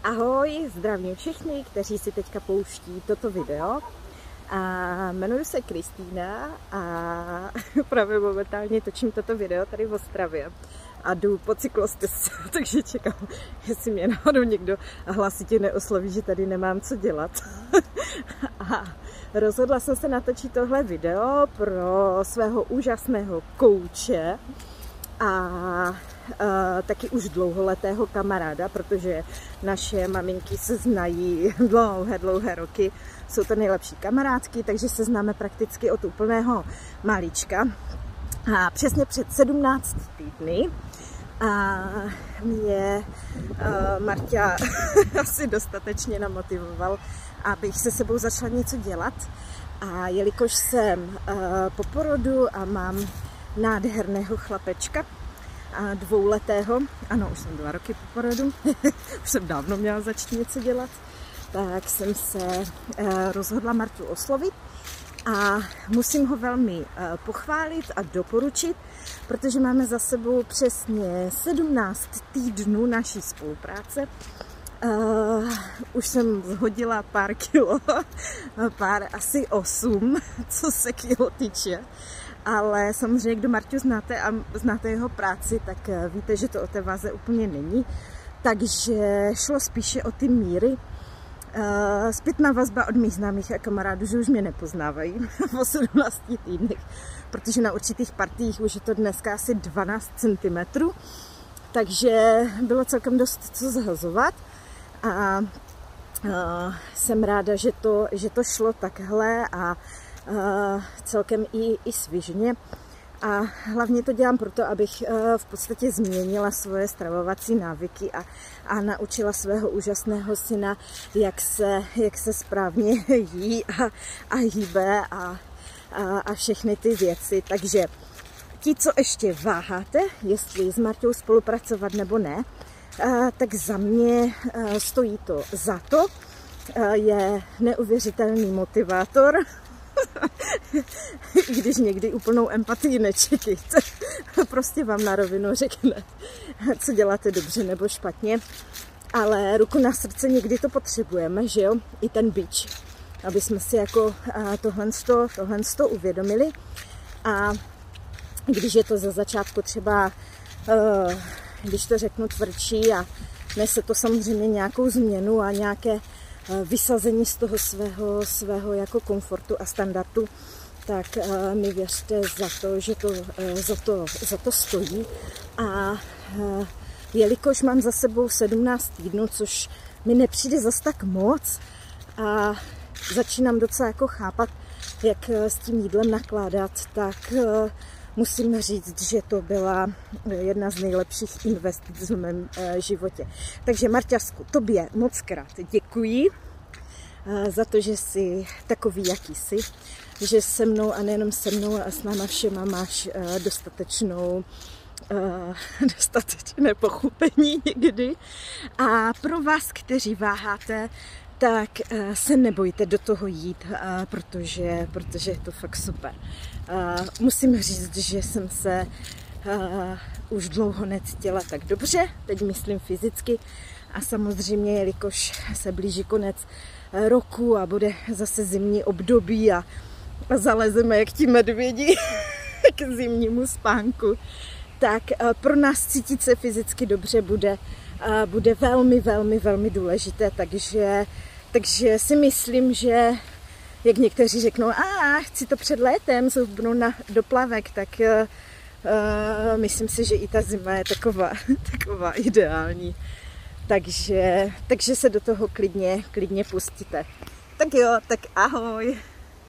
Ahoj, zdravím všechny, kteří si teďka pouští toto video. A jmenuji se Kristýna a právě momentálně točím toto video tady v Ostravě. A jdu po cyklostezce, takže čekám, jestli mě náhodou někdo hlasitě neosloví, že tady nemám co dělat. A rozhodla jsem se natočit tohle video pro svého úžasného kouče a taky už dlouholetého kamaráda, protože naše maminky se znají dlouhé roky. Jsou to nejlepší kamarádky, takže se známe prakticky od úplného malička. A přesně před 17 týdny a mě Marťa asi dostatečně namotivoval, abych se sebou začala něco dělat. A jelikož jsem po porodu a mám nádherného chlapečka, 2letého, ano, už jsem 2 roky po porodu, už jsem dávno měla začít něco dělat, tak jsem se rozhodla Martu oslovit a musím ho velmi pochválit a doporučit, protože máme za sebou přesně 17 týdnů naší spolupráce. Už jsem zhodila pár kilo, asi 8, co se kilo týče. Ale samozřejmě, kdo Marťu znáte a znáte jeho práci, tak víte, že to o té váze úplně není. Takže šlo spíše o ty míry. Zpětná vazba od mých známých a kamarádů, že už mě nepoznávají po 17 týdnech, protože na určitých partiích už je to dneska asi 12 cm. Takže bylo celkem dost co zhazovat. A jsem ráda, že to šlo takhle a celkem i svižně. A hlavně to dělám proto, abych v podstatě změnila svoje stravovací návyky a naučila svého úžasného syna, jak se správně jí a hýbe a všechny ty věci. Takže ti, co ještě váháte, jestli s Marťou spolupracovat nebo ne, tak za mě stojí to za to. Je neuvěřitelný motivátor, i když někdy úplnou empatii nečekejte. Prostě vám na rovinu řekne, co děláte dobře nebo špatně. Ale ruku na srdce někdy to potřebujeme, že jo? I ten bič, aby jsme si jako tohle uvědomili. A když je to za začátku třeba, když to řeknu, tvrdší a nese to samozřejmě nějakou změnu a nějaké vysazení z toho svého jako komfortu a standardu, tak mi věřte že to za to stojí. A jelikož mám za sebou 17 týdnů, což mi nepřijde zas tak moc a začínám docela jako chápat, jak s tím jídlem nakládat, tak musím říct, že to byla jedna z nejlepších investic v mém životě. Takže Marťasku, tobě moc krát děkuji za to, že jsi takový, jaký jsi, že se mnou a nejenom se mnou a s náma všema máš dostatečné pochopení někdy. A pro vás, kteří váháte, tak se nebojte do toho jít, protože je to fakt super. Musím říct, že jsem se už dlouho necítila tak dobře, teď myslím fyzicky, a samozřejmě, jelikož se blíží konec roku a bude zase zimní období a zalezeme jak ti medvědi k zimnímu spánku, tak pro nás cítit se fyzicky dobře bude velmi důležité, takže si myslím, že jak někteří řeknou, chci to před létem, zhubnout do plavek, tak myslím si, že i ta zima je taková ideální. Takže se do toho klidně pustíte. Tak jo, tak ahoj!